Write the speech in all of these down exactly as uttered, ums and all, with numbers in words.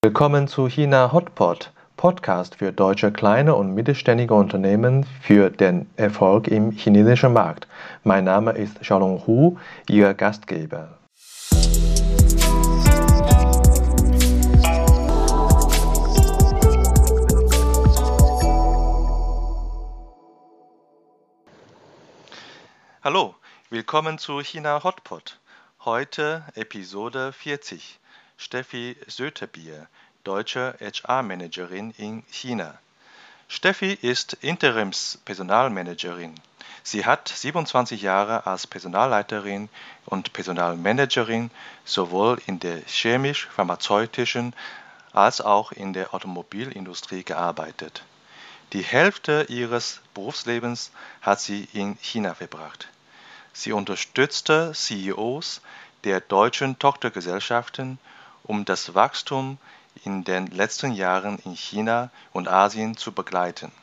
Willkommen zu China Hotpot, Podcast für deutsche kleine und mittelständige Unternehmen für den Erfolg im chinesischen Markt. Mein Name ist Xiaolong Hu, Ihr Gastgeber. Hallo, willkommen zu China Hotpot. Heute Episode vierzig. Steffi Sötebier, deutsche H R-Managerin in China. Steffi ist Interims-Personalmanagerin. Sie hat siebenundzwanzig Jahre als Personalleiterin und Personalmanagerin sowohl in der chemisch-pharmazeutischen als auch in der Automobilindustrie gearbeitet. Die Hälfte ihres Berufslebens hat sie in China verbracht. Sie unterstützte C E Os der deutschen Tochtergesellschaften, um das Wachstum in den letzten Jahren in China und Asien zu begleiten.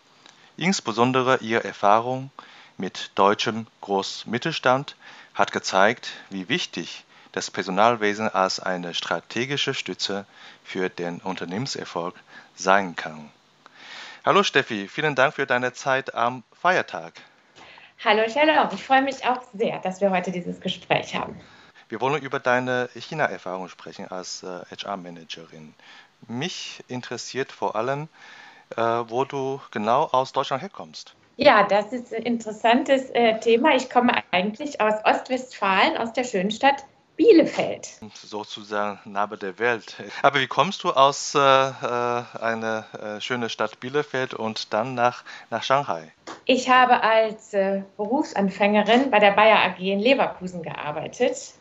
Insbesondere ihre Erfahrung mit deutschem Großmittelstand hat gezeigt, wie wichtig das Personalwesen als eine strategische Stütze für den Unternehmenserfolg sein kann. Hallo Steffi, vielen Dank für deine Zeit am Feiertag. Hallo Xiaolong, ich freue mich auch sehr, dass wir heute dieses Gespräch haben. Wir wollen über deine China-Erfahrung sprechen als äh, H R-Managerin. Mich interessiert vor allem, äh, wo du genau aus Deutschland herkommst. Ja, das ist ein interessantes äh, Thema. Ich komme eigentlich aus Ostwestfalen, aus der schönen Stadt Bielefeld. Sozusagen Narbe der Welt. Aber wie kommst du aus äh, einer äh, schönen Stadt Bielefeld und dann nach, nach Shanghai? Ich habe als äh, Berufsanfängerin bei der Bayer A G in Leverkusen gearbeitet.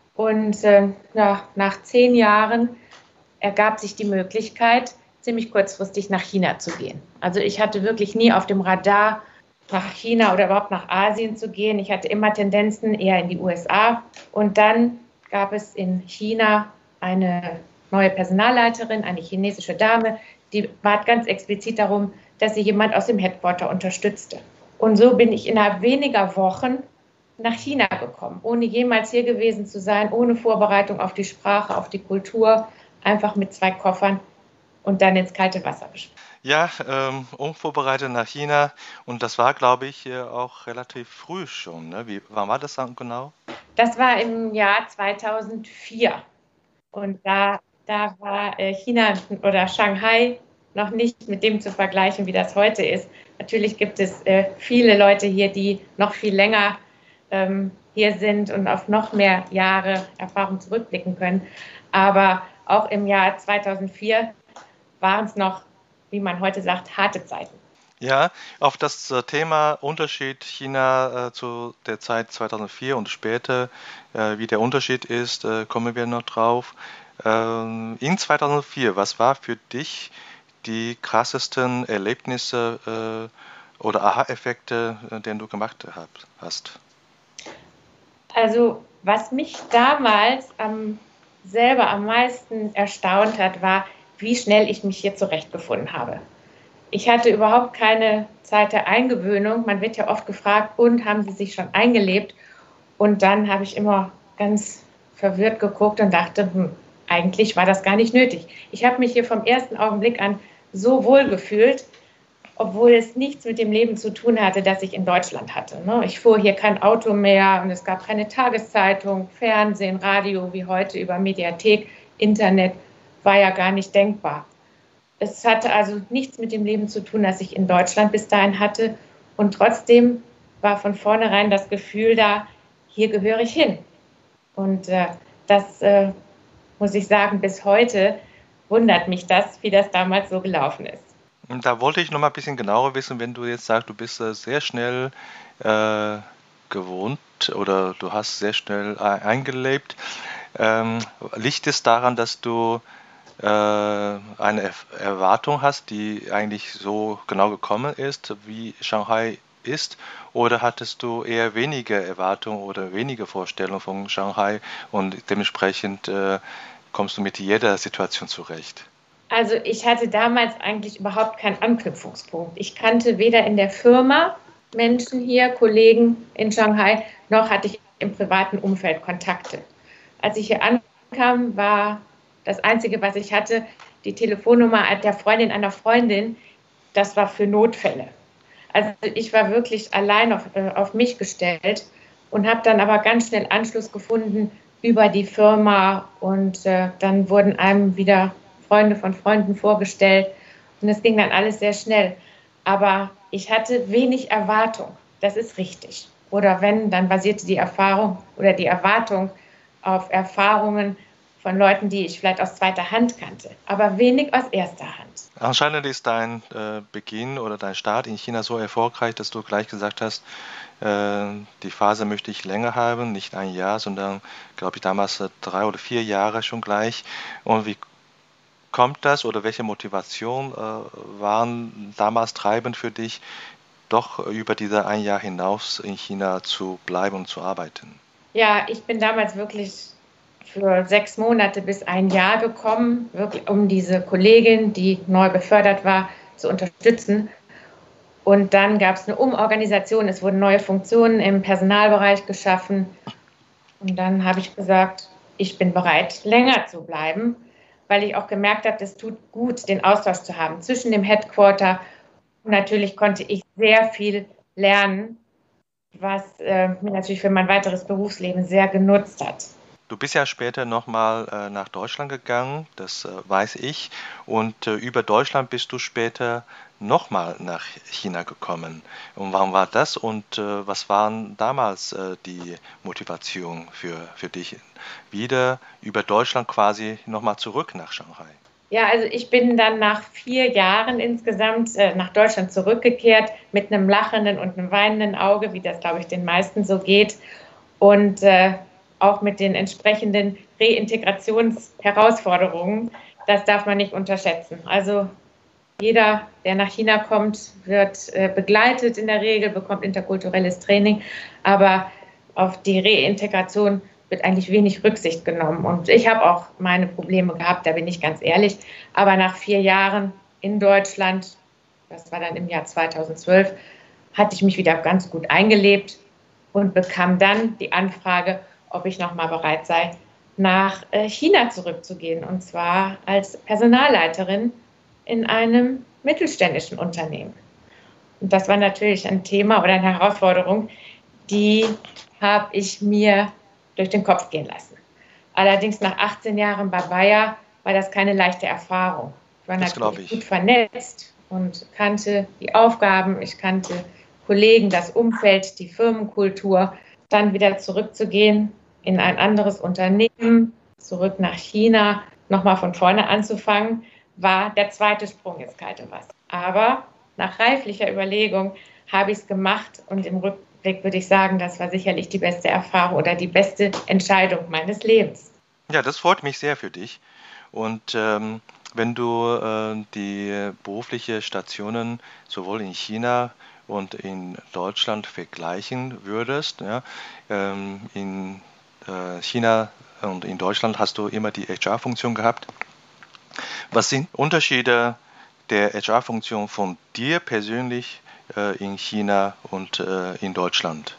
Und äh, ja, nach zehn Jahren ergab sich die Möglichkeit, ziemlich kurzfristig nach China zu gehen. Also ich hatte wirklich nie auf dem Radar, nach China oder überhaupt nach Asien zu gehen. Ich hatte immer Tendenzen eher in die U S A. Und dann gab es in China eine neue Personalleiterin, eine chinesische Dame, die bat ganz explizit darum, dass sie jemand aus dem Headquarter unterstützte. Und so bin ich innerhalb weniger Wochen nach China gekommen, ohne jemals hier gewesen zu sein, ohne Vorbereitung auf die Sprache, auf die Kultur, einfach mit zwei Koffern und dann ins kalte Wasser gesprungen. Ja, ähm, unvorbereitet nach China und das war, glaube ich, äh, auch relativ früh schon. Ne? Wie, wann war das dann genau? Das war im Jahr zweitausendvier und da, da war äh, China oder Shanghai noch nicht mit dem zu vergleichen, wie das heute ist. Natürlich gibt es äh, viele Leute hier, die noch viel länger ähm, hier sind und auf noch mehr Jahre Erfahrung zurückblicken können. Aber auch im Jahr zweitausendvier waren es noch, wie man heute sagt, harte Zeiten. Ja, auf das äh, Thema Unterschied China äh, zu der Zeit zweitausendvier und später, äh, wie der Unterschied ist, äh, kommen wir noch drauf. Ähm, in zweitausendvier, was war für dich die krassesten Erlebnisse äh, oder Aha-Effekte, äh, den du gemacht hab, hast? Also was mich damals am, selber am meisten erstaunt hat, war, wie schnell ich mich hier zurechtgefunden habe. Ich hatte überhaupt keine Zeit der Eingewöhnung. Man wird ja oft gefragt, und haben Sie sich schon eingelebt? Und dann habe ich immer ganz verwirrt geguckt und dachte, hm, eigentlich war das gar nicht nötig. Ich habe mich hier vom ersten Augenblick an so wohl gefühlt, obwohl es nichts mit dem Leben zu tun hatte, das ich in Deutschland hatte. Ich fuhr hier kein Auto mehr und es gab keine Tageszeitung, Fernsehen, Radio wie heute über Mediathek, Internet, war ja gar nicht denkbar. Es hatte also nichts mit dem Leben zu tun, das ich in Deutschland bis dahin hatte. Und trotzdem war von vornherein das Gefühl da, hier gehöre ich hin. Und äh, das, äh, muss ich sagen, bis heute wundert mich das, wie das damals so gelaufen ist. Da wollte ich noch mal ein bisschen genauer wissen, wenn du jetzt sagst, du bist äh, sehr schnell äh, gewohnt oder du hast sehr schnell e- eingelebt. Ähm, liegt es daran, dass du äh, eine Er- Erwartung hast, die eigentlich so genau gekommen ist, wie Shanghai ist? Oder hattest du eher weniger Erwartungen oder weniger Vorstellungen von Shanghai und dementsprechend äh, kommst du mit jeder Situation zurecht? Also ich hatte damals eigentlich überhaupt keinen Anknüpfungspunkt. Ich kannte weder in der Firma Menschen hier, Kollegen in Shanghai, noch hatte ich im privaten Umfeld Kontakte. Als ich hier ankam, war Das Einzige, was ich hatte, die Telefonnummer der Freundin einer Freundin, das war für Notfälle. Also ich war wirklich allein auf, äh, auf mich gestellt und habe dann aber ganz schnell Anschluss gefunden über die Firma und äh, dann wurden einem wieder Freunde von Freunden vorgestellt und es ging dann alles sehr schnell. Aber ich hatte wenig Erwartung, das ist richtig. Oder wenn, dann basierte die Erfahrung oder die Erwartung auf Erfahrungen von Leuten, die ich vielleicht aus zweiter Hand kannte, aber wenig aus erster Hand. Anscheinend ist dein äh, Beginn oder dein Start in China so erfolgreich, dass du gleich gesagt hast, äh, die Phase möchte ich länger haben, nicht ein Jahr, sondern, glaube ich, damals äh, drei oder vier Jahre schon gleich. Und wie kommt das oder welche Motivation äh, waren damals treibend für dich, doch über diese ein Jahr hinaus in China zu bleiben und zu arbeiten? Ja, ich bin damals wirklich für sechs Monate bis ein Jahr gekommen, wirklich um diese Kollegin, die neu befördert war, zu unterstützen. Und dann gab es eine Umorganisation, es wurden neue Funktionen im Personalbereich geschaffen. Und dann habe ich gesagt, ich bin bereit, länger zu bleiben, weil ich auch gemerkt habe, es tut gut, den Austausch zu haben zwischen dem Headquarter. Und natürlich konnte ich sehr viel lernen, was äh, mir natürlich für mein weiteres Berufsleben sehr genutzt hat. Du bist ja später nochmal äh, nach Deutschland gegangen, das äh, weiß ich. Und äh, über Deutschland bist du später nochmal nach China gekommen. Und warum war das? Und äh, was waren damals äh, die Motivation für, für dich, wieder über Deutschland quasi nochmal zurück nach Shanghai? Ja, also ich bin dann nach vier Jahren insgesamt äh, nach Deutschland zurückgekehrt mit einem lachenden und einem weinenden Auge, wie das, glaube ich, den meisten so geht. Und äh, auch mit den entsprechenden Reintegrationsherausforderungen. Das darf man nicht unterschätzen. Also jeder, der nach China kommt, wird äh, begleitet in der Regel, bekommt interkulturelles Training, aber auf die Reintegration wird eigentlich wenig Rücksicht genommen. Und ich habe auch meine Probleme gehabt, da bin ich ganz ehrlich. Aber nach vier Jahren in Deutschland, das war dann im Jahr zweitausendzwölf, hatte ich mich wieder ganz gut eingelebt und bekam dann die Anfrage, ob ich noch mal bereit sei, nach China zurückzugehen, und zwar als Personalleiterin in einem mittelständischen Unternehmen. Und das war natürlich ein Thema oder eine Herausforderung, die habe ich mir durch den Kopf gehen lassen. Allerdings nach achtzehn Jahren bei Bayer war das keine leichte Erfahrung. Ich war Das glaube natürlich ich. gut vernetzt und kannte die Aufgaben, ich kannte Kollegen, das Umfeld, die Firmenkultur. Dann wieder zurückzugehen in ein anderes Unternehmen, zurück nach China, nochmal von vorne anzufangen, war der zweite Sprung ins kalte Wasser. Aber nach reiflicher Überlegung habe ich es gemacht und im Rückblick würde ich sagen, das war sicherlich die beste Erfahrung oder die beste Entscheidung meines Lebens. Ja, das freut mich sehr für dich. Und ähm, wenn du äh, die beruflichen Stationen sowohl in China und in Deutschland vergleichen würdest, ja, ähm, in äh, China und in Deutschland hast du immer die H R-Funktion gehabt. Was sind Unterschiede der H R-Funktion von dir persönlich äh, in China und äh, in Deutschland?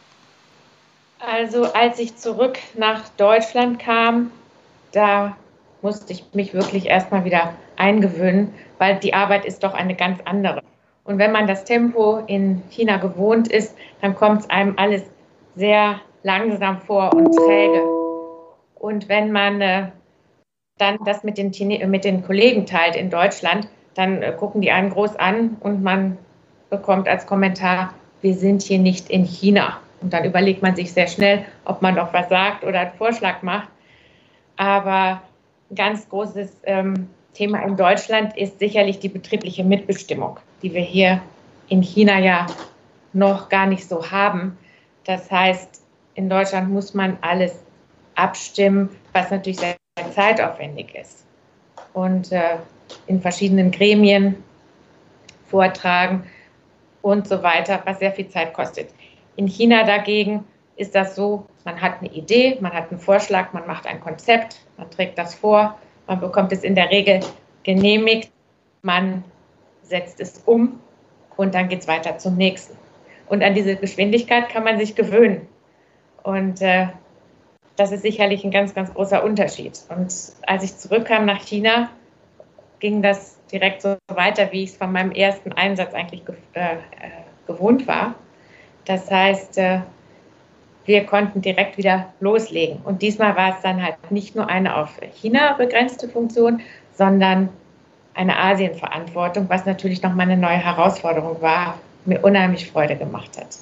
Also als ich zurück nach Deutschland kam, da musste ich mich wirklich erstmal wieder eingewöhnen, weil die Arbeit ist doch eine ganz andere. Und wenn man das Tempo in China gewohnt ist, dann kommt es einem alles sehr langsam vor und träge. Und wenn man äh, dann das mit den, Chine mit den Kollegen teilt in Deutschland, dann äh, gucken die einen groß an und man bekommt als Kommentar, wir sind hier nicht in China. Und dann überlegt man sich sehr schnell, ob man noch was sagt oder einen Vorschlag macht. Aber ein ganz großes ähm, Thema in Deutschland ist sicherlich die betriebliche Mitbestimmung, die wir hier in China ja noch gar nicht so haben. Das heißt, in Deutschland muss man alles abstimmen, was natürlich sehr zeitaufwendig ist. Und äh, in verschiedenen Gremien vortragen und so weiter, was sehr viel Zeit kostet. In China dagegen ist das so, man hat eine Idee, man hat einen Vorschlag, man macht ein Konzept, man trägt das vor, man bekommt es in der Regel genehmigt, man setzt es um und dann geht es weiter zum nächsten. Und an diese Geschwindigkeit kann man sich gewöhnen. Und äh, das ist sicherlich ein ganz, ganz großer Unterschied. Und als ich zurückkam nach China, ging das direkt so weiter, wie ich es von meinem ersten Einsatz eigentlich ge äh, gewohnt war. Das heißt, äh, wir konnten direkt wieder loslegen. Und diesmal war es dann halt nicht nur eine auf China begrenzte Funktion, sondern eine Asienverantwortung, was natürlich nochmal eine neue Herausforderung war, mir unheimlich Freude gemacht hat.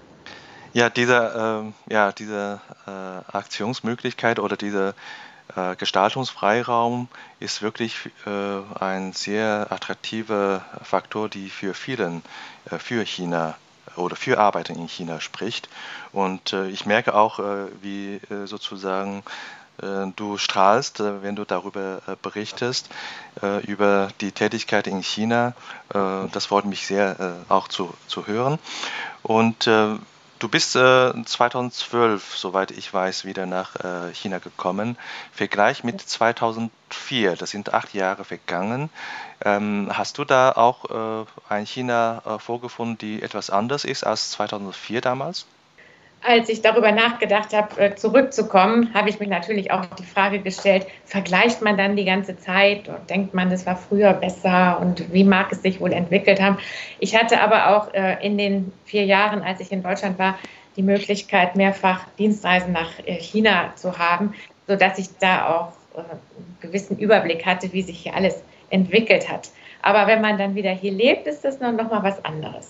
Ja, diese, äh, ja, diese äh, Aktionsmöglichkeit oder dieser äh, Gestaltungsfreiraum ist wirklich äh, ein sehr attraktiver Faktor, die für vielen, äh, für China oder für Arbeiter in China spricht. Und äh, ich merke auch, äh, wie äh, sozusagen äh, du strahlst, äh, wenn du darüber äh, berichtest, äh, über die Tätigkeit in China. Äh, das freut mich sehr, äh, auch zu, zu hören. Und äh, du bist äh, zweitausendzwölf, soweit ich weiß, wieder nach äh, China gekommen. Vergleich mit zweitausendvier, das sind acht Jahre vergangen. Ähm, hast du da auch äh, ein China äh, vorgefunden, die etwas anders ist als zweitausendvier damals? Als ich darüber nachgedacht habe, zurückzukommen, habe ich mir natürlich auch die Frage gestellt, vergleicht man dann die ganze Zeit und denkt man, das war früher besser und wie mag es sich wohl entwickelt haben? Ich hatte aber auch in den vier Jahren, als ich in Deutschland war, die Möglichkeit, mehrfach Dienstreisen nach China zu haben, sodass ich da auch einen gewissen Überblick hatte, wie sich hier alles entwickelt hat. Aber wenn man dann wieder hier lebt, ist das noch mal was anderes.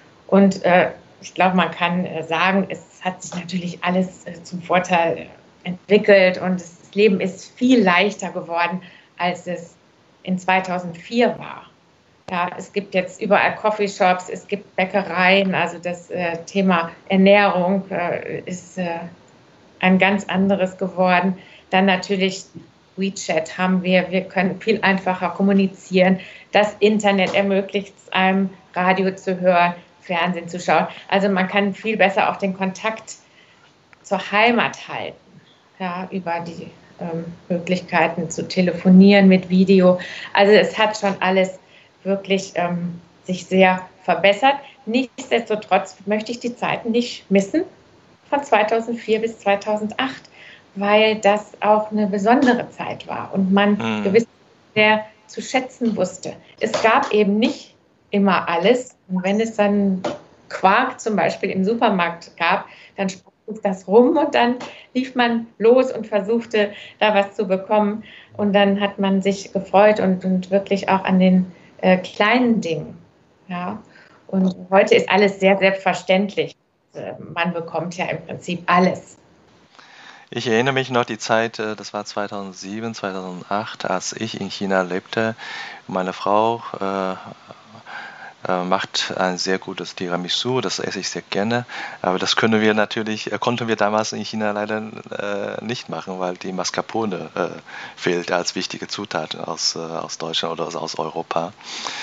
Und äh, ich glaube, man kann äh, sagen, es hat sich natürlich alles äh, zum Vorteil entwickelt und das Leben ist viel leichter geworden, als es in zweitausendvier war. Ja, es gibt jetzt überall Coffeeshops, es gibt Bäckereien, also das äh, Thema Ernährung äh, ist äh, ein ganz anderes geworden. Dann natürlich WeChat haben wir, wir können viel einfacher kommunizieren. Das Internet ermöglicht es einem, Radio zu hören, Fernsehen zu schauen. Also man kann viel besser auch den Kontakt zur Heimat halten, ja, über die ähm, Möglichkeiten zu telefonieren mit Video. Also es hat schon alles wirklich ähm, sich sehr verbessert. Nichtsdestotrotz möchte ich die Zeiten nicht missen von zweitausendvier bis zweitausendacht, weil das auch eine besondere Zeit war und man mhm. gewiss sehr zu schätzen wusste. Es gab eben nicht immer alles. Und wenn es dann Quark zum Beispiel im Supermarkt gab, dann sprach das rum und dann lief man los und versuchte, da was zu bekommen. Und dann hat man sich gefreut und, und wirklich auch an den äh, kleinen Dingen. Ja. Und heute ist alles sehr selbstverständlich. Man bekommt ja im Prinzip alles. Ich erinnere mich noch die Zeit, das war zweitausendsieben, zweitausendacht, als ich in China lebte. Meine Frau äh, äh, macht ein sehr gutes Tiramisu, das esse ich sehr gerne. Aber das können wir natürlich, äh, konnten wir damals in China leider äh, nicht machen, weil die Mascarpone äh, fehlt als wichtige Zutat aus, äh, aus Deutschland oder aus, aus Europa.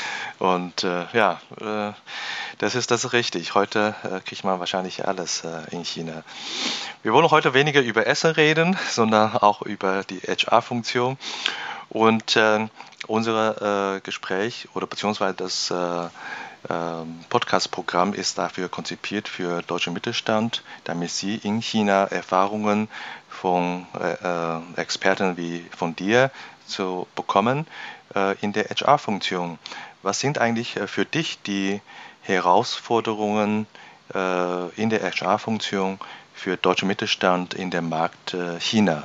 Und äh, ja, äh, das ist das ist richtig. Heute äh, kriegt man wahrscheinlich alles äh, in China. Wir wollen heute weniger über Essen reden, sondern auch über die H R-Funktion. Und äh, unser äh, Gespräch oder beziehungsweise das äh, äh, Podcast-Programm ist dafür konzipiert für deutschen Mittelstand, damit sie in China Erfahrungen von äh, Experten wie von dir zu bekommen äh, in der H R-Funktion. Was sind eigentlich äh, für dich die Herausforderungen äh, in der H R-Funktion für deutschen Mittelstand in dem Markt äh, China?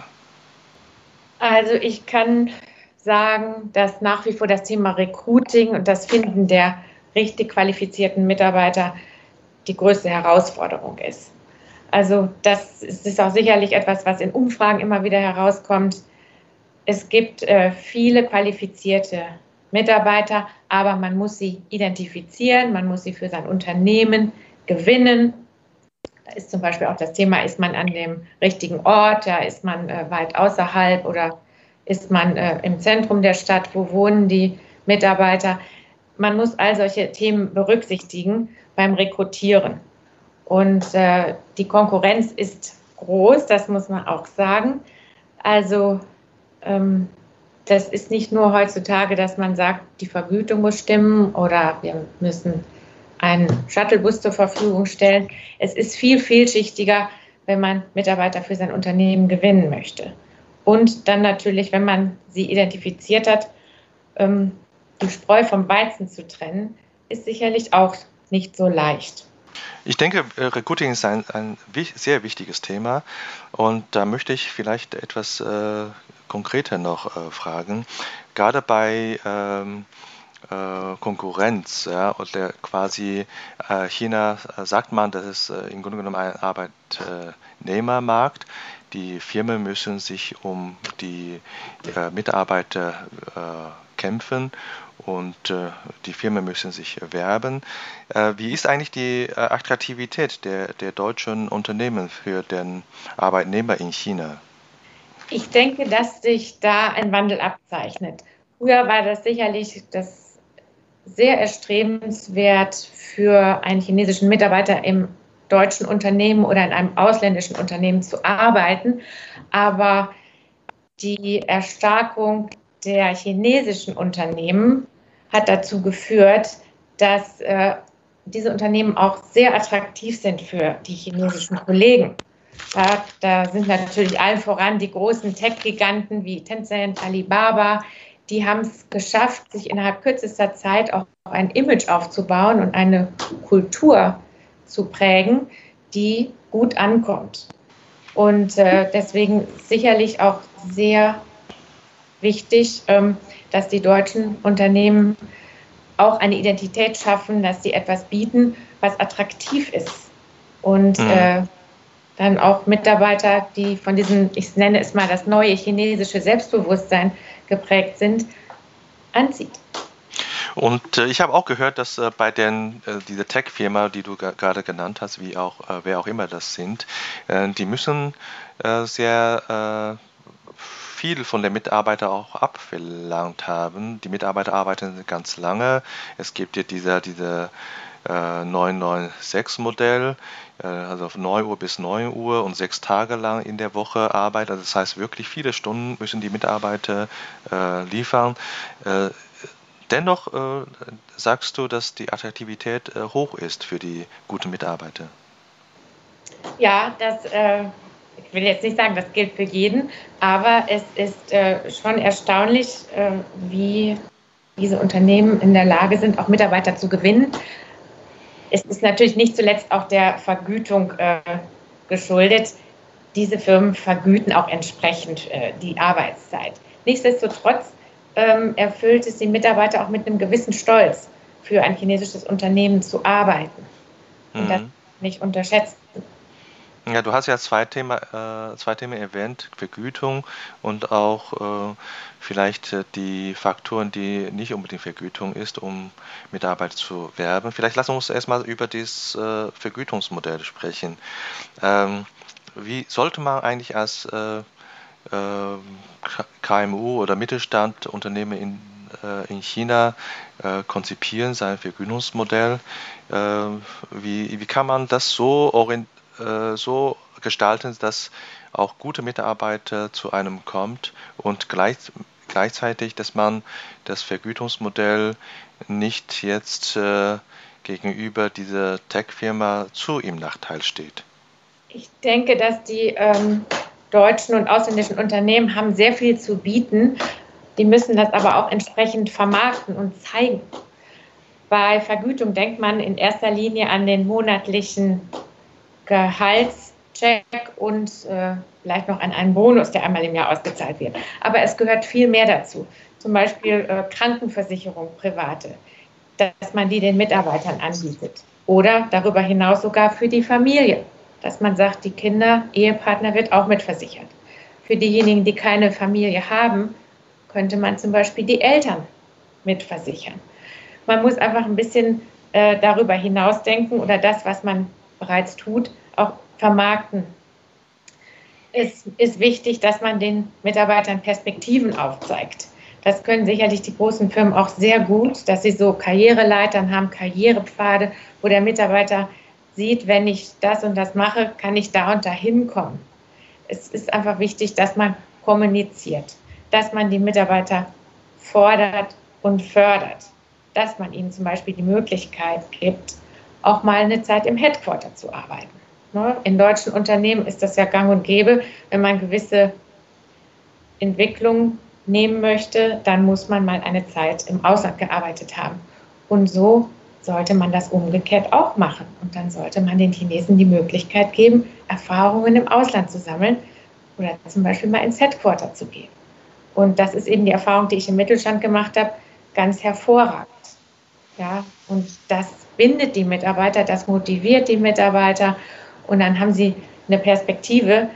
Also ich kann sagen, dass nach wie vor das Thema Recruiting und das Finden der richtig qualifizierten Mitarbeiter die größte Herausforderung ist. Also das ist auch sicherlich etwas, was in Umfragen immer wieder herauskommt. Es gibt äh, viele qualifizierte Mitarbeiter, aber man muss sie identifizieren, man muss sie für sein Unternehmen gewinnen. Da ist zum Beispiel auch das Thema, ist man an dem richtigen Ort, ja, ist man äh, weit außerhalb oder ist man äh, im Zentrum der Stadt, wo wohnen die Mitarbeiter. Man muss all solche Themen berücksichtigen beim Rekrutieren. Und äh, die Konkurrenz ist groß, das muss man auch sagen. Also ähm, das ist nicht nur heutzutage, dass man sagt, die Vergütung muss stimmen oder wir müssen einen Shuttlebus zur Verfügung stellen. Es ist viel vielschichtiger. wenn man Mitarbeiter für sein Unternehmen gewinnen möchte. Und dann natürlich, wenn man sie identifiziert hat, ähm, die Spreu vom Weizen zu trennen, ist sicherlich auch nicht so leicht. Ich denke, Recruiting ist ein, ein sehr wichtiges Thema und da möchte ich vielleicht etwas äh, konkreter noch äh, fragen. Gerade bei ähm, äh, Konkurrenz, ja, oder quasi äh, China, äh, sagt man, das ist äh, im Grunde genommen ein Arbeitnehmermarkt. Die Firmen müssen sich um die äh, Mitarbeiter äh, kämpfen und äh, die Firmen müssen sich werben. Äh, wie ist eigentlich die äh, Attraktivität der, der deutschen Unternehmen für den Arbeitnehmer in China? Ich denke, dass sich da ein Wandel abzeichnet. Früher war das sicherlich das sehr erstrebenswert für einen chinesischen Mitarbeiter im deutschen Unternehmen oder in einem ausländischen Unternehmen zu arbeiten. Aber die Erstarkung der chinesischen Unternehmen hat dazu geführt, dass äh, diese Unternehmen auch sehr attraktiv sind für die chinesischen Kollegen. Ja, da sind natürlich allen voran die großen Tech-Giganten wie Tencent, Alibaba. Die haben es geschafft, sich innerhalb kürzester Zeit auch ein Image aufzubauen und eine Kultur zu prägen, die gut ankommt. Und äh, deswegen sicherlich auch sehr wichtig, ähm, dass die deutschen Unternehmen auch eine Identität schaffen, dass sie etwas bieten, was attraktiv ist. Und mhm. äh, dann auch Mitarbeiter, die von diesem, ich nenne es mal das neue chinesische Selbstbewusstsein geprägt sind, anzieht. Und äh, ich habe auch gehört, dass äh, bei den, äh, dieser Tech-Firma, die du gerade genannt hast, wie auch, äh, wer auch immer das sind, äh, die müssen äh, sehr äh, viel von den Mitarbeitern auch abverlangt haben. Die Mitarbeiter arbeiten ganz lange. Es gibt ja diese, diese äh, neun neun sechs Modell, äh, also von neun Uhr bis neun Uhr und sechs Tage lang in der Woche Arbeit. Also das heißt, wirklich viele Stunden müssen die Mitarbeiter äh, liefern. Äh, Dennoch äh, sagst du, dass die Attraktivität äh, hoch ist für die guten Mitarbeiter. Ja, das, äh, ich will jetzt nicht sagen, das gilt für jeden, aber es ist äh, schon erstaunlich, äh, wie diese Unternehmen in der Lage sind, auch Mitarbeiter zu gewinnen. Es ist natürlich nicht zuletzt auch der Vergütung äh, geschuldet. Diese Firmen vergüten auch entsprechend äh, die Arbeitszeit. Nichtsdestotrotz ähm, erfüllt es die Mitarbeiter auch mit einem gewissen Stolz, für ein chinesisches Unternehmen zu arbeiten. Und mhm. das nicht unterschätzen. Ja, du hast ja zwei Themen, äh, zwei Themen erwähnt, Vergütung und auch äh, vielleicht äh, die Faktoren, die nicht unbedingt Vergütung ist, um Mitarbeiter zu werben. Vielleicht lassen wir uns erstmal über das äh, Vergütungsmodell sprechen. Ähm, wie sollte man eigentlich als äh, äh, K M U oder Mittelstandunternehmen in, äh, in China äh, konzipieren, sein Vergütungsmodell? Äh, wie, wie kann man das so orientieren? so gestalten, dass auch gute Mitarbeiter zu einem kommt und gleich, gleichzeitig, dass man das Vergütungsmodell nicht jetzt äh, gegenüber dieser Tech-Firma zu im Nachteil steht. Ich denke, dass die ähm, deutschen und ausländischen Unternehmen haben sehr viel zu bieten. Die müssen das aber auch entsprechend vermarkten und zeigen. Bei Vergütung denkt man in erster Linie an den monatlichen Gehaltscheck und äh, vielleicht noch an einen Bonus, der einmal im Jahr ausgezahlt wird. Aber es gehört viel mehr dazu. Zum Beispiel äh, Krankenversicherung, private, dass man die den Mitarbeitern anbietet. Oder darüber hinaus sogar für die Familie, dass man sagt, die Kinder, Ehepartner wird auch mitversichert. Für diejenigen, die keine Familie haben, könnte man zum Beispiel die Eltern mitversichern. Man muss einfach ein bisschen äh, darüber hinausdenken oder das, was man bereits tut, auch vermarkten. Es ist wichtig, dass man den Mitarbeitern Perspektiven aufzeigt. Das können sicherlich die großen Firmen auch sehr gut, dass sie so Karriereleitern haben, Karrierepfade, wo der Mitarbeiter sieht, wenn ich das und das mache, kann ich da und da hinkommen. Es ist einfach wichtig, dass man kommuniziert, dass man die Mitarbeiter fordert und fördert, dass man ihnen zum Beispiel die Möglichkeit gibt, auch mal eine Zeit im Headquarter zu arbeiten. Ne? In deutschen Unternehmen ist das ja gang und gäbe. Wenn man gewisse Entwicklungen nehmen möchte, dann muss man mal eine Zeit im Ausland gearbeitet haben. Und so sollte man das umgekehrt auch machen. Und dann sollte man den Chinesen die Möglichkeit geben, Erfahrungen im Ausland zu sammeln oder zum Beispiel mal ins Headquarter zu gehen. Und das ist eben die Erfahrung, die ich im Mittelstand gemacht habe, ganz hervorragend. Ja, und das bindet die Mitarbeiter, das motiviert die Mitarbeiter und dann haben sie eine Perspektive,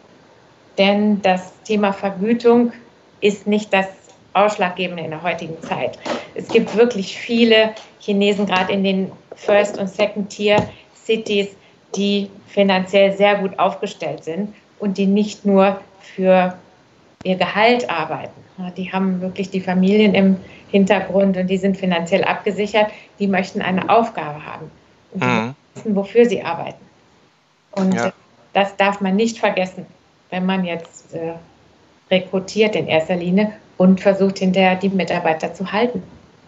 denn das Thema Vergütung ist nicht das Ausschlaggebende in der heutigen Zeit. Es gibt wirklich viele Chinesen, gerade in den First- und Second-Tier-Cities, die finanziell sehr gut aufgestellt sind und die nicht nur für ihr Gehalt arbeiten. Die haben wirklich die Familien im Hintergrund und die sind finanziell abgesichert. Die möchten eine Aufgabe haben und die Mhm. wissen, wofür sie arbeiten. Und Ja. das darf man nicht vergessen, wenn man jetzt äh, rekrutiert in erster Linie und versucht hinterher die Mitarbeiter zu halten.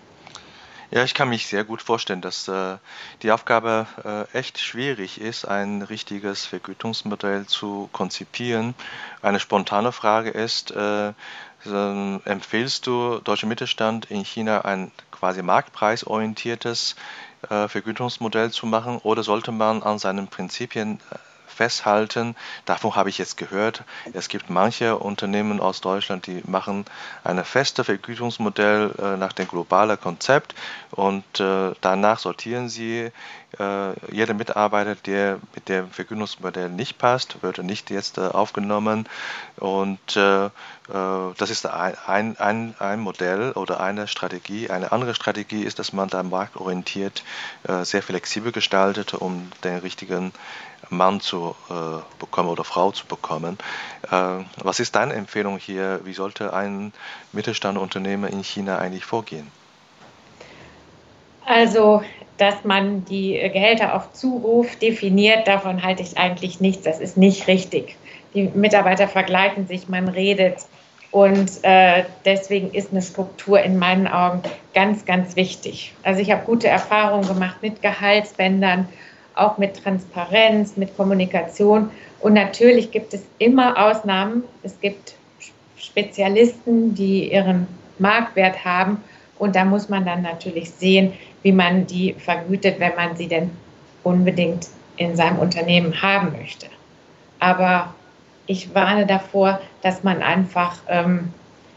Ja, ich kann mich sehr gut vorstellen, dass äh, die Aufgabe äh, echt schwierig ist, ein richtiges Vergütungsmodell zu konzipieren. Eine spontane Frage ist, äh, so, empfiehlst du deutschem Mittelstand in China ein quasi marktpreisorientiertes äh, Vergütungsmodell zu machen oder sollte man an seinen Prinzipien äh, festhalten? Davon habe ich jetzt gehört. Es gibt manche Unternehmen aus Deutschland, die machen ein festes Vergütungsmodell äh, nach dem globalen Konzept und äh, danach sortieren sie äh, jeder Mitarbeiter, der mit dem Vergütungsmodell nicht passt, wird nicht jetzt äh, aufgenommen und äh, äh, das ist ein, ein, ein, ein Modell oder eine Strategie. Eine andere Strategie ist, dass man da marktorientiert äh, sehr flexibel gestaltet, um den richtigen Mann zu äh, bekommen oder Frau zu bekommen. Äh, was ist deine Empfehlung hier? Wie sollte ein Mittelstandsunternehmer in China eigentlich vorgehen? Also, dass man die Gehälter auf Zuruf definiert, davon halte ich eigentlich nichts. Das ist nicht richtig. Die Mitarbeiter vergleichen sich, man redet. Und äh, deswegen ist eine Struktur in meinen Augen ganz, ganz wichtig. Also ich habe gute Erfahrungen gemacht mit Gehaltsbändern, auch mit Transparenz, mit Kommunikation. Und natürlich gibt es immer Ausnahmen. Es gibt Spezialisten, die ihren Marktwert haben. Und da muss man dann natürlich sehen, wie man die vergütet, wenn man sie denn unbedingt in seinem Unternehmen haben möchte. Aber ich warne davor, dass man einfach ähm,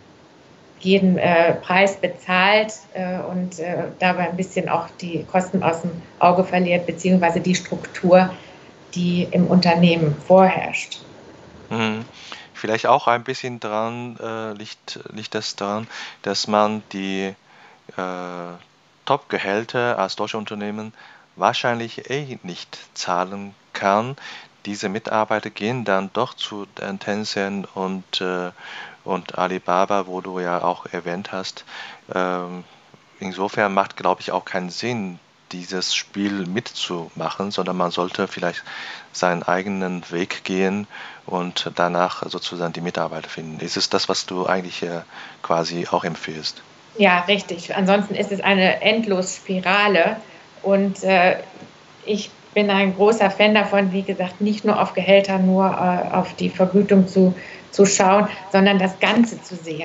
jeden äh, Preis bezahlt äh, und äh, dabei ein bisschen auch die Kosten aus dem Auge verliert, beziehungsweise die Struktur, die im Unternehmen vorherrscht. Mhm. Vielleicht auch ein bisschen dran äh, liegt, liegt das daran, dass man die äh, Top-Gehälter als deutsche Unternehmen wahrscheinlich eh nicht zahlen kann. Diese Mitarbeiter gehen dann doch zu den Tencent und, äh, und Alibaba, wo du ja auch erwähnt hast. Ähm, insofern macht, glaube ich, auch keinen Sinn, dieses Spiel mitzumachen, sondern man sollte vielleicht seinen eigenen Weg gehen und danach sozusagen die Mitarbeiter finden. Ist es das, was du eigentlich äh, quasi auch empfiehlst? Ja, richtig. Ansonsten ist es eine Endlosspirale. Und äh, ich bin ein großer Fan davon, wie gesagt, nicht nur auf Gehälter, nur äh, auf die Vergütung zu, zu schauen, sondern das Ganze zu sehen.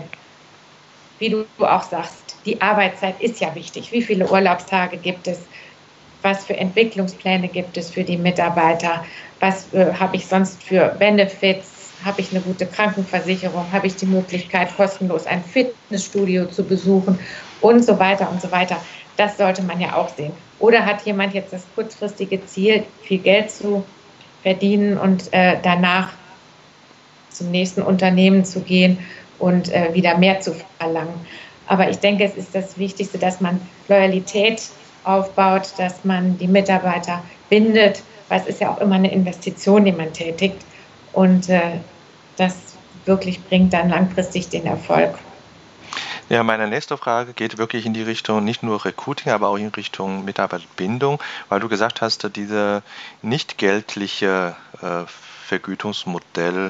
Wie du auch sagst, die Arbeitszeit ist ja wichtig. Wie viele Urlaubstage gibt es? Was für Entwicklungspläne gibt es für die Mitarbeiter? Was äh, habe ich sonst für Benefits? Habe ich eine gute Krankenversicherung? Habe ich die Möglichkeit, kostenlos ein Fitnessstudio zu besuchen? Und so weiter und so weiter. Das sollte man ja auch sehen. Oder hat jemand jetzt das kurzfristige Ziel, viel Geld zu verdienen und äh, danach zum nächsten Unternehmen zu gehen und äh, wieder mehr zu verlangen? Aber ich denke, es ist das Wichtigste, dass man Loyalität aufbaut, dass man die Mitarbeiter bindet, weil es ist ja auch immer eine Investition, die man tätigt. Und äh, das wirklich bringt dann langfristig den Erfolg. Ja, meine nächste Frage geht wirklich in die Richtung nicht nur Recruiting, aber auch in Richtung Mitarbeiterbindung, weil du gesagt hast, diese nicht geldliche äh, Vergütungsmodell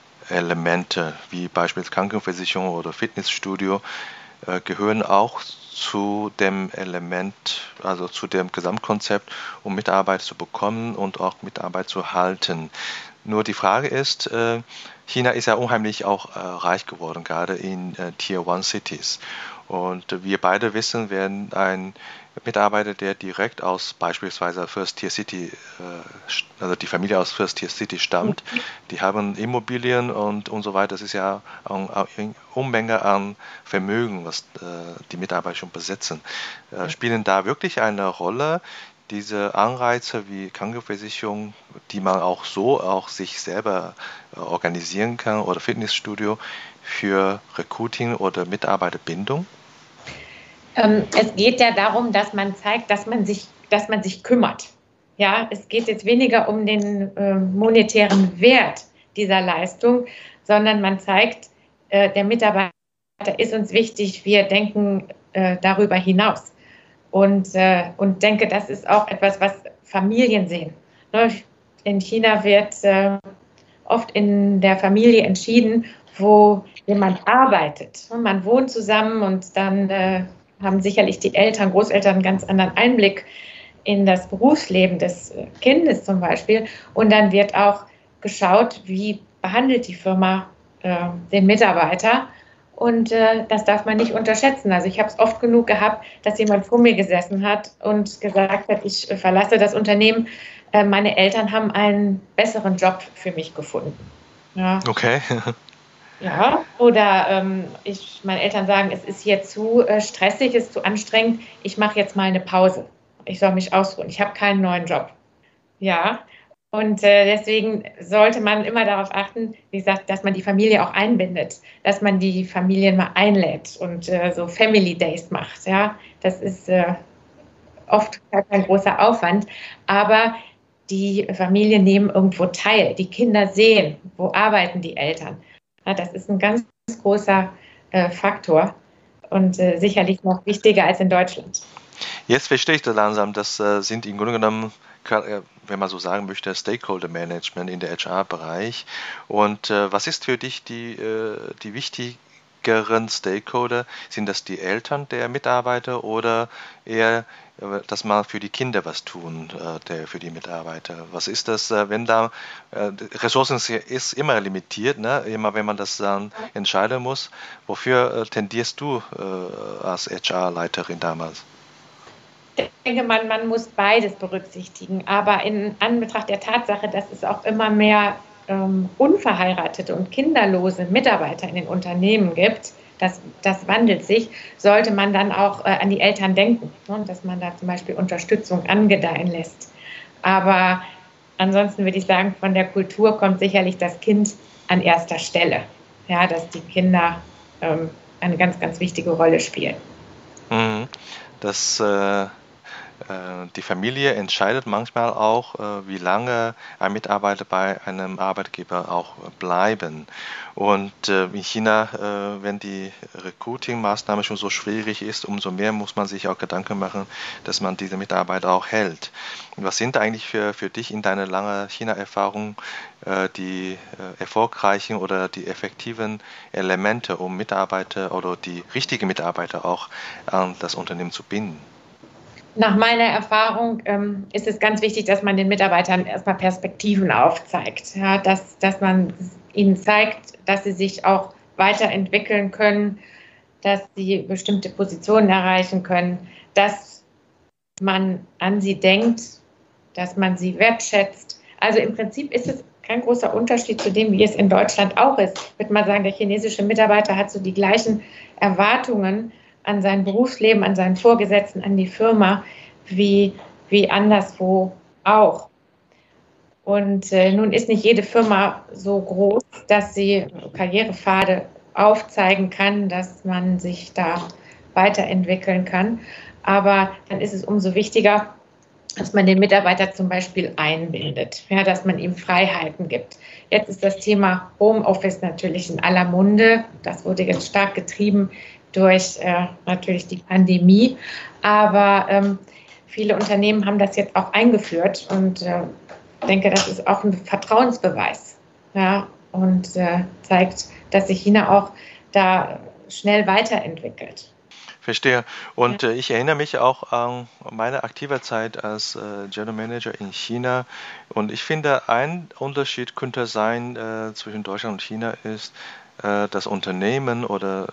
Elemente wie beispielsweise Krankenversicherung oder Fitnessstudio äh, gehören auch zu dem Element, also zu dem Gesamtkonzept, um Mitarbeit zu bekommen und auch Mitarbeit zu halten. Nur die Frage ist, äh, China ist ja unheimlich auch äh, reich geworden, gerade in äh, Tier-One-Cities. Und äh, wir beide wissen, wenn ein Mitarbeiter, der direkt aus beispielsweise First Tier City, äh, also die Familie aus First Tier City stammt, die haben Immobilien und, und so weiter. Das ist ja eine Unmenge an Vermögen, was äh, die Mitarbeiter schon besitzen. Äh, spielen da wirklich eine Rolle diese Anreize wie Krankenversicherung, die man auch so auch sich selber äh, organisieren kann oder Fitnessstudio für Recruiting oder Mitarbeiterbindung? Ähm, es geht ja darum, dass man zeigt, dass man sich, dass man sich kümmert. Ja, es geht jetzt weniger um den äh, monetären Wert dieser Leistung, sondern man zeigt, äh, der Mitarbeiter ist uns wichtig, wir denken äh, darüber hinaus. Und, äh, und denke, das ist auch etwas, was Familien sehen. Ne? In China wird äh, oft in der Familie entschieden, wo jemand arbeitet. Man wohnt zusammen und dann äh, haben sicherlich die Eltern, Großeltern einen ganz anderen Einblick in das Berufsleben des Kindes zum Beispiel. Und dann wird auch geschaut, wie behandelt die Firma äh, den Mitarbeiter. Und äh, das darf man nicht unterschätzen. Also ich habe es oft genug gehabt, dass jemand vor mir gesessen hat und gesagt hat, ich äh, verlasse das Unternehmen. Äh, meine Eltern haben einen besseren Job für mich gefunden. Ja. Okay. Ja, oder ähm, ich, meine Eltern sagen, es ist hier zu äh, stressig, es ist zu anstrengend, ich mache jetzt mal eine Pause. Ich soll mich ausruhen, ich habe keinen neuen Job. Ja, und äh, deswegen sollte man immer darauf achten, wie gesagt, dass man die Familie auch einbindet, dass man die Familien mal einlädt und äh, so Family Days macht. Ja, das ist äh, oft kein großer Aufwand, aber die Familien nehmen irgendwo teil. Die Kinder sehen, wo arbeiten die Eltern. Ja, das ist ein ganz großer äh, Faktor und äh, sicherlich noch wichtiger als in Deutschland. Jetzt verstehe ich das langsam. Das äh, sind im Grunde genommen, wenn man so sagen möchte, Stakeholder Management in der H R-Bereich. Und äh, was ist für dich die, äh, die wichtigeren Stakeholder? Sind das die Eltern der Mitarbeiter oder eher, äh, dass man für die Kinder was tun, äh, der, für die Mitarbeiter? Was ist das, äh, wenn da, äh, Ressourcen ist immer limitiert, ne? Immer wenn man das dann entscheiden muss. Wofür äh, tendierst du äh, als H R-Leiterin damals? Ich denke, man, man muss beides berücksichtigen, aber in Anbetracht der Tatsache, dass es auch immer mehr ähm, unverheiratete und kinderlose Mitarbeiter in den Unternehmen gibt, das, das wandelt sich, sollte man dann auch äh, an die Eltern denken, ne, dass man da zum Beispiel Unterstützung angedeihen lässt. Aber ansonsten würde ich sagen, von der Kultur kommt sicherlich das Kind an erster Stelle, ja, dass die Kinder ähm, eine ganz, ganz wichtige Rolle spielen. Mhm. Das äh Die Familie entscheidet manchmal auch, wie lange ein Mitarbeiter bei einem Arbeitgeber auch bleiben. Und in China, wenn die Recruiting-Maßnahme schon so schwierig ist, umso mehr muss man sich auch Gedanken machen, dass man diese Mitarbeiter auch hält. Was sind eigentlich für, für dich in deiner langen China-Erfahrung die erfolgreichen oder die effektiven Elemente, um Mitarbeiter oder die richtigen Mitarbeiter auch an das Unternehmen zu binden? Nach meiner Erfahrung ähm, ist es ganz wichtig, dass man den Mitarbeitern erstmal Perspektiven aufzeigt, ja, dass, dass man ihnen zeigt, dass sie sich auch weiterentwickeln können, dass sie bestimmte Positionen erreichen können, dass man an sie denkt, dass man sie wertschätzt. Also im Prinzip ist es kein großer Unterschied zu dem, wie es in Deutschland auch ist. Ich würde mal sagen, der chinesische Mitarbeiter hat so die gleichen Erwartungen an sein Berufsleben, an seinen Vorgesetzten, an die Firma, wie, wie anderswo auch. Und äh, nun ist nicht jede Firma so groß, dass sie Karrierepfade aufzeigen kann, dass man sich da weiterentwickeln kann. Aber dann ist es umso wichtiger, dass man den Mitarbeiter zum Beispiel einbindet, ja, dass man ihm Freiheiten gibt. Jetzt ist das Thema Homeoffice natürlich in aller Munde. Das wurde jetzt stark getrieben durch äh, natürlich die Pandemie. Aber ähm, viele Unternehmen haben das jetzt auch eingeführt und äh, ich denke, das ist auch ein Vertrauensbeweis, ja, und äh, zeigt, dass sich China auch da schnell weiterentwickelt. Verstehe. Und äh, ich erinnere mich auch an meine aktive Zeit als äh, General Manager in China. Und ich finde, ein Unterschied könnte sein äh, zwischen Deutschland und China ist, äh, das Unternehmen oder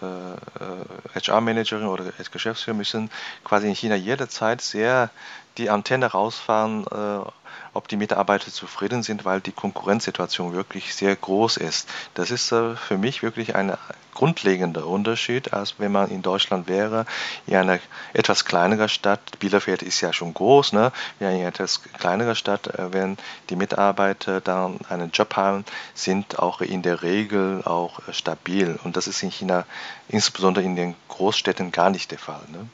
äh, H R-Managerin oder als Geschäftsführer müssen quasi in China jederzeit sehr die Antenne rausfahren, äh, ob die Mitarbeiter zufrieden sind, weil die Konkurrenzsituation wirklich sehr groß ist. Das ist äh, für mich wirklich ein grundlegender Unterschied, als wenn man in Deutschland wäre, in einer etwas kleineren Stadt. Bielefeld ist ja schon groß, ne? Ja, in einer etwas kleineren Stadt, äh, wenn die Mitarbeiter dann einen Job haben, sind auch in der Regel auch äh, stabil. Und das ist in China, insbesondere in den Großstädten, gar nicht der Fall. Ne?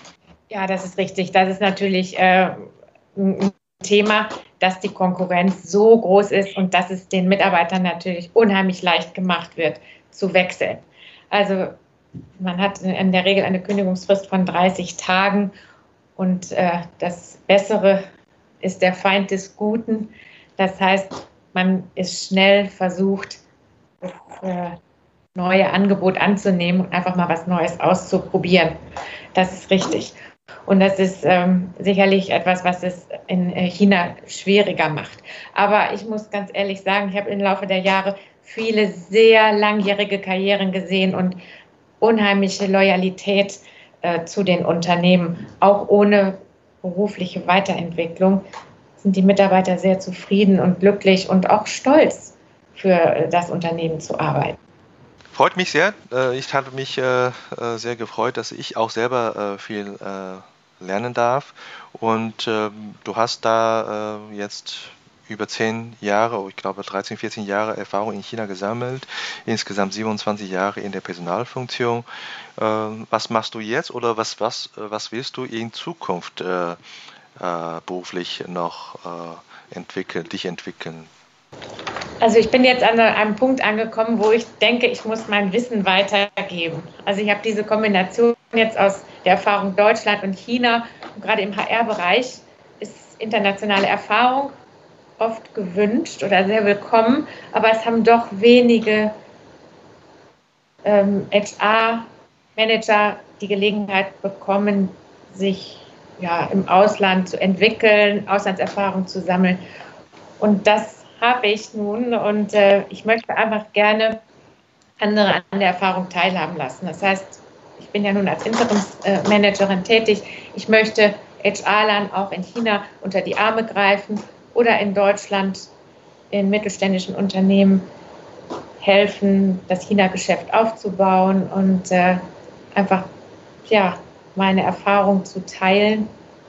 Ja, das ist richtig. Das ist natürlich äh, ein Thema, dass die Konkurrenz so groß ist und dass es den Mitarbeitern natürlich unheimlich leicht gemacht wird, zu wechseln. Also man hat in der Regel eine Kündigungsfrist von dreißig Tagen und äh, das Bessere ist der Feind des Guten. Das heißt, man ist schnell versucht, das äh, neue Angebot anzunehmen und einfach mal was Neues auszuprobieren. Das ist richtig. Und das ist ähm, sicherlich etwas, was es in China schwieriger macht. Aber ich muss ganz ehrlich sagen, ich habe im Laufe der Jahre viele sehr langjährige Karrieren gesehen und unheimliche Loyalität äh, zu den Unternehmen. Auch ohne berufliche Weiterentwicklung sind die Mitarbeiter sehr zufrieden und glücklich und auch stolz, für das Unternehmen zu arbeiten. Freut mich sehr. Ich habe mich sehr gefreut, dass ich auch selber viel lernen darf. Und du hast da jetzt über zehn Jahre, ich glaube dreizehn, vierzehn Jahre Erfahrung in China gesammelt, insgesamt siebenundzwanzig Jahre in der Personalfunktion. Was machst du jetzt oder was, was, was willst du in Zukunft äh, äh, beruflich noch äh, entwickeln, dich entwickeln? Also ich bin jetzt an einem Punkt angekommen, wo ich denke, ich muss mein Wissen weitergeben. Also ich habe diese Kombination jetzt aus der Erfahrung Deutschland und China. Und gerade im H R-Bereich ist internationale Erfahrung oft gewünscht oder sehr willkommen, aber es haben doch wenige ähm, H R-Manager die Gelegenheit bekommen, sich ja, im Ausland zu entwickeln, Auslandserfahrung zu sammeln. Und das habe ich nun und äh, ich möchte einfach gerne andere an der Erfahrung teilhaben lassen. Das heißt, ich bin ja nun als Interimsmanagerin tätig. Ich möchte H R-Lern auch in China unter die Arme greifen oder in Deutschland in mittelständischen Unternehmen helfen, das China-Geschäft aufzubauen und äh, einfach ja, meine Erfahrung zu teilen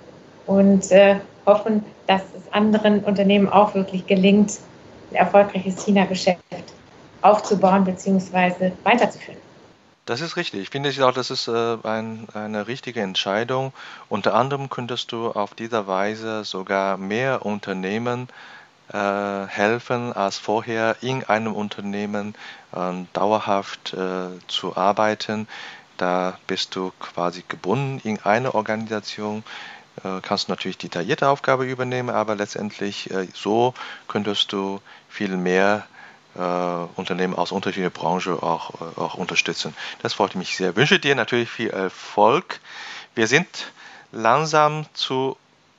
und äh, hoffen, dass es anderen Unternehmen auch wirklich gelingt, ein erfolgreiches China-Geschäft aufzubauen bzw. weiterzuführen. Das ist richtig. Ich finde auch, das ist äh, ein, eine richtige Entscheidung. Unter anderem könntest du auf diese Weise sogar mehr Unternehmen äh, helfen, als vorher in einem Unternehmen äh, dauerhaft äh, zu arbeiten. Da bist du quasi gebunden in eine Organisation. Äh, kannst natürlich detaillierte Aufgabe übernehmen, aber letztendlich äh, so könntest du viel mehr äh, Unternehmen aus unterschiedlichen Branchen auch, äh, auch unterstützen. Das freut mich sehr. Ich wünsche dir natürlich viel Erfolg. Wir sind langsam zu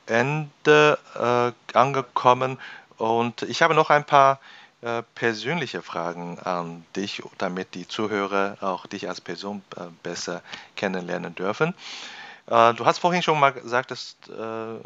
Ende äh, angekommen und ich habe noch ein paar äh, persönliche Fragen an dich, damit die Zuhörer auch dich als Person äh, besser kennenlernen dürfen. Du hast vorhin schon mal gesagt, dass äh,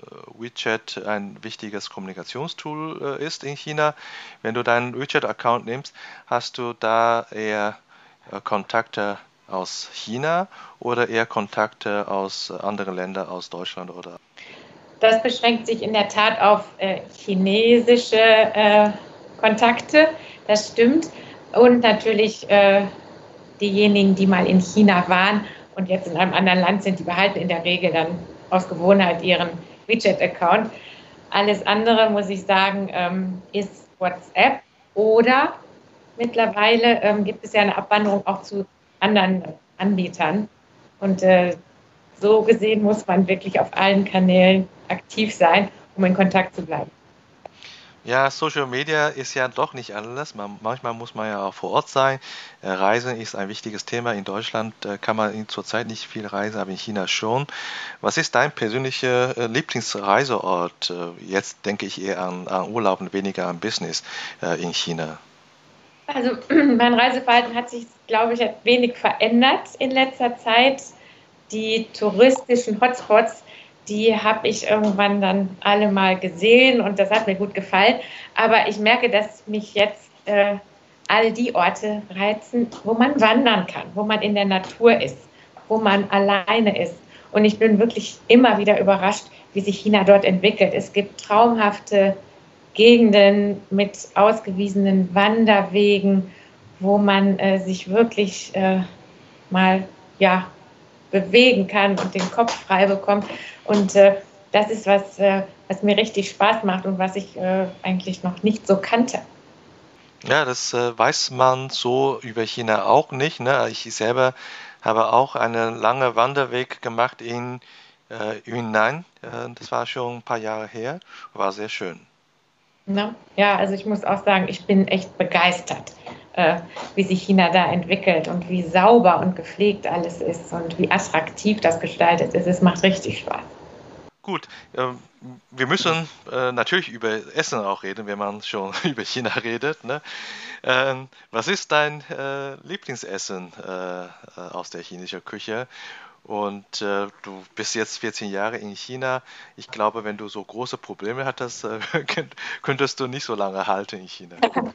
WeChat ein wichtiges Kommunikationstool äh, ist in China. Wenn du deinen WeChat-Account nimmst, hast du da eher äh, Kontakte aus China oder eher Kontakte aus anderen Ländern, aus Deutschland oder? Das beschränkt sich in der Tat auf äh, chinesische äh, Kontakte, das stimmt. Und natürlich äh, diejenigen, die mal in China waren und jetzt in einem anderen Land sind, die behalten in der Regel dann aus Gewohnheit ihren WeChat-Account. Alles andere, muss ich sagen, ähm, ist WhatsApp oder mittlerweile ähm, gibt es ja eine Abwanderung auch zu anderen Anbietern. Und äh, so gesehen muss man wirklich auf allen Kanälen aktiv sein, um in Kontakt zu bleiben. Ja, Social Media ist ja doch nicht alles. Man, manchmal muss man ja auch vor Ort sein. Äh, Reisen ist ein wichtiges Thema. In Deutschland äh, kann man in- zurzeit nicht viel reisen, aber in China schon. Was ist dein persönlicher äh, Lieblingsreiseort? Äh, jetzt denke ich eher an, an Urlaub und weniger an Business äh, in China. Also mein Reiseverhalten hat sich, glaube ich, ein wenig verändert in letzter Zeit. Die touristischen Hotspots, die habe ich irgendwann dann alle mal gesehen und das hat mir gut gefallen. Aber ich merke, dass mich jetzt äh, all die Orte reizen, wo man wandern kann, wo man in der Natur ist, wo man alleine ist. Und ich bin wirklich immer wieder überrascht, wie sich China dort entwickelt. Es gibt traumhafte Gegenden mit ausgewiesenen Wanderwegen, wo man äh, sich wirklich äh, mal ja, bewegen kann und den Kopf frei bekommt. Und äh, das ist was, äh, was mir richtig Spaß macht und was ich äh, eigentlich noch nicht so kannte. Ja, das äh, weiß man so über China auch nicht. Ne? Ich selber habe auch einen langen Wanderweg gemacht in äh, Yunnan. Äh, das war schon ein paar Jahre her. War sehr schön. Ne? Ja, also ich muss auch sagen, ich bin echt begeistert, äh, wie sich China da entwickelt und wie sauber und gepflegt alles ist und wie attraktiv das gestaltet ist. Es macht richtig Spaß. Gut, ähm, wir müssen äh, natürlich über Essen auch reden, wenn man schon über China redet. Ne? Ähm, was ist dein äh, Lieblingsessen äh, äh, aus der chinesischen Küche? Und äh, du bist jetzt vierzehn Jahre in China. Ich glaube, wenn du so große Probleme hattest, äh, könnt- könntest du nicht so lange halten in China.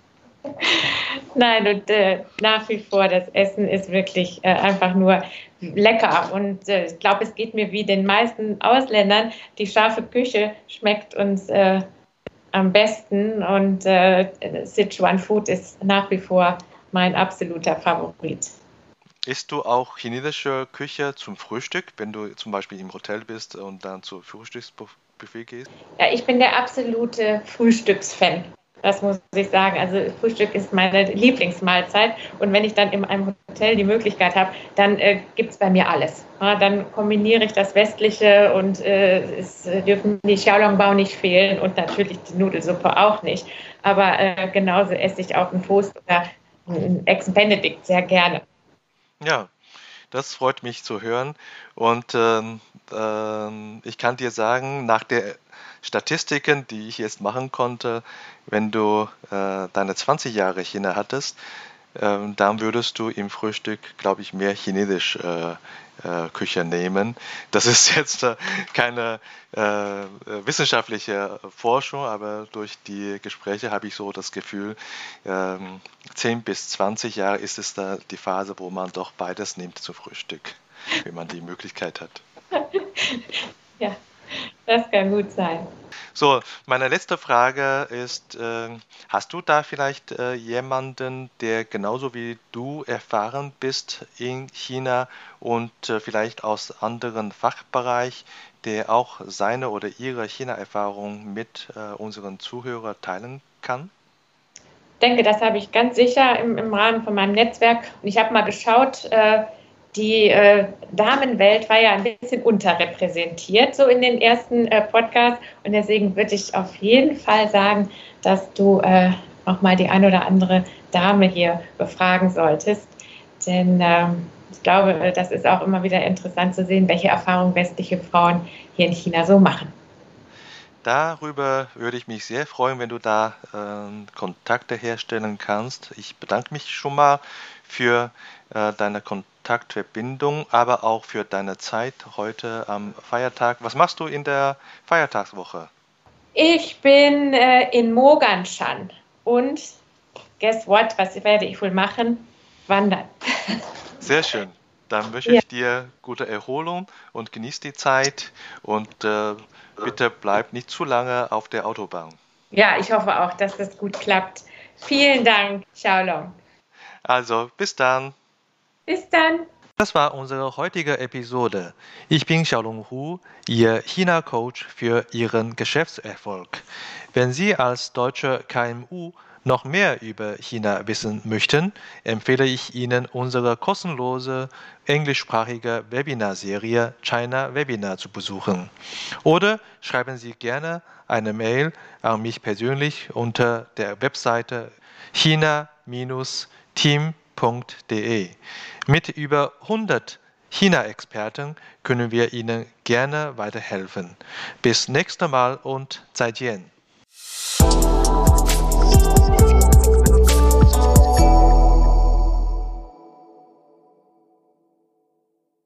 Nein, und äh, nach wie vor, das Essen ist wirklich äh, einfach nur lecker. Und äh, ich glaube, es geht mir wie den meisten Ausländern. Die scharfe Küche schmeckt uns äh, am besten. Und äh, Sichuan Food ist nach wie vor mein absoluter Favorit. Isst du auch chinesische Küche zum Frühstück, wenn du zum Beispiel im Hotel bist und dann zum Frühstücksbuffet gehst? Ja, ich bin der absolute Frühstücksfan. Das muss ich sagen. Also Frühstück ist meine Lieblingsmahlzeit. Und wenn ich dann in einem Hotel die Möglichkeit habe, dann äh, gibt es bei mir alles. Ja, dann kombiniere ich das Westliche und äh, es dürfen die Xiaolongbao nicht fehlen und natürlich die Nudelsuppe auch nicht. Aber äh, genauso esse ich auch einen Toast oder einen Ex Benedict sehr gerne. Ja, das freut mich zu hören. Und ähm, ähm, ich kann dir sagen, nach der Statistiken, die ich jetzt machen konnte, wenn du äh, deine zwanzig Jahre China hattest, ähm, dann würdest du im Frühstück, glaube ich, mehr Chinesisch äh, äh, Küche nehmen. Das ist jetzt äh, keine äh, äh, wissenschaftliche Forschung, aber durch die Gespräche habe ich so das Gefühl, ähm, zehn bis zwanzig Jahre ist es da die Phase, wo man doch beides nimmt zum Frühstück, wenn man die Möglichkeit hat. Ja, das kann gut sein. So, meine letzte Frage ist, äh, hast du da vielleicht äh, jemanden, der genauso wie du erfahren bist in China und äh, vielleicht aus anderen Fachbereich, der auch seine oder ihre China-Erfahrung mit äh, unseren Zuhörern teilen kann? Denke, das habe ich ganz sicher im, im Rahmen von meinem Netzwerk. Und ich habe mal geschaut, äh, die äh, Damenwelt war ja ein bisschen unterrepräsentiert, so in den ersten äh, Podcasts. Und deswegen würde ich auf jeden Fall sagen, dass du äh, auch mal die ein oder andere Dame hier befragen solltest. Denn ähm, ich glaube, äh, das ist auch immer wieder interessant zu sehen, welche Erfahrungen westliche Frauen hier in China so machen. Darüber würde ich mich sehr freuen, wenn du da ähm, Kontakte herstellen kannst. Ich bedanke mich schon mal für äh, deine Kontaktverbindung, aber auch für deine Zeit heute am Feiertag. Was machst du in der Feiertagswoche? Ich bin äh, in Moganshan und guess what? Was werde ich wohl machen? Wandern. Sehr schön. Dann wünsche Ja. ich dir gute Erholung und genieß die Zeit und äh, bitte bleib nicht zu lange auf der Autobahn. Ja, ich hoffe auch, dass das gut klappt. Vielen Dank, Xiaolong. Also, bis dann. Bis dann. Das war unsere heutige Episode. Ich bin Xiaolong Hu, Ihr China-Coach für Ihren Geschäftserfolg. Wenn Sie als deutsche K M U noch mehr über China wissen möchten, empfehle ich Ihnen unsere kostenlose englischsprachige Webinarserie China Webinar zu besuchen. Oder schreiben Sie gerne eine Mail an mich persönlich unter der Webseite china Bindestrich team punkt de. Mit über hundert China-Experten können wir Ihnen gerne weiterhelfen. Bis nächstes Mal und 再见.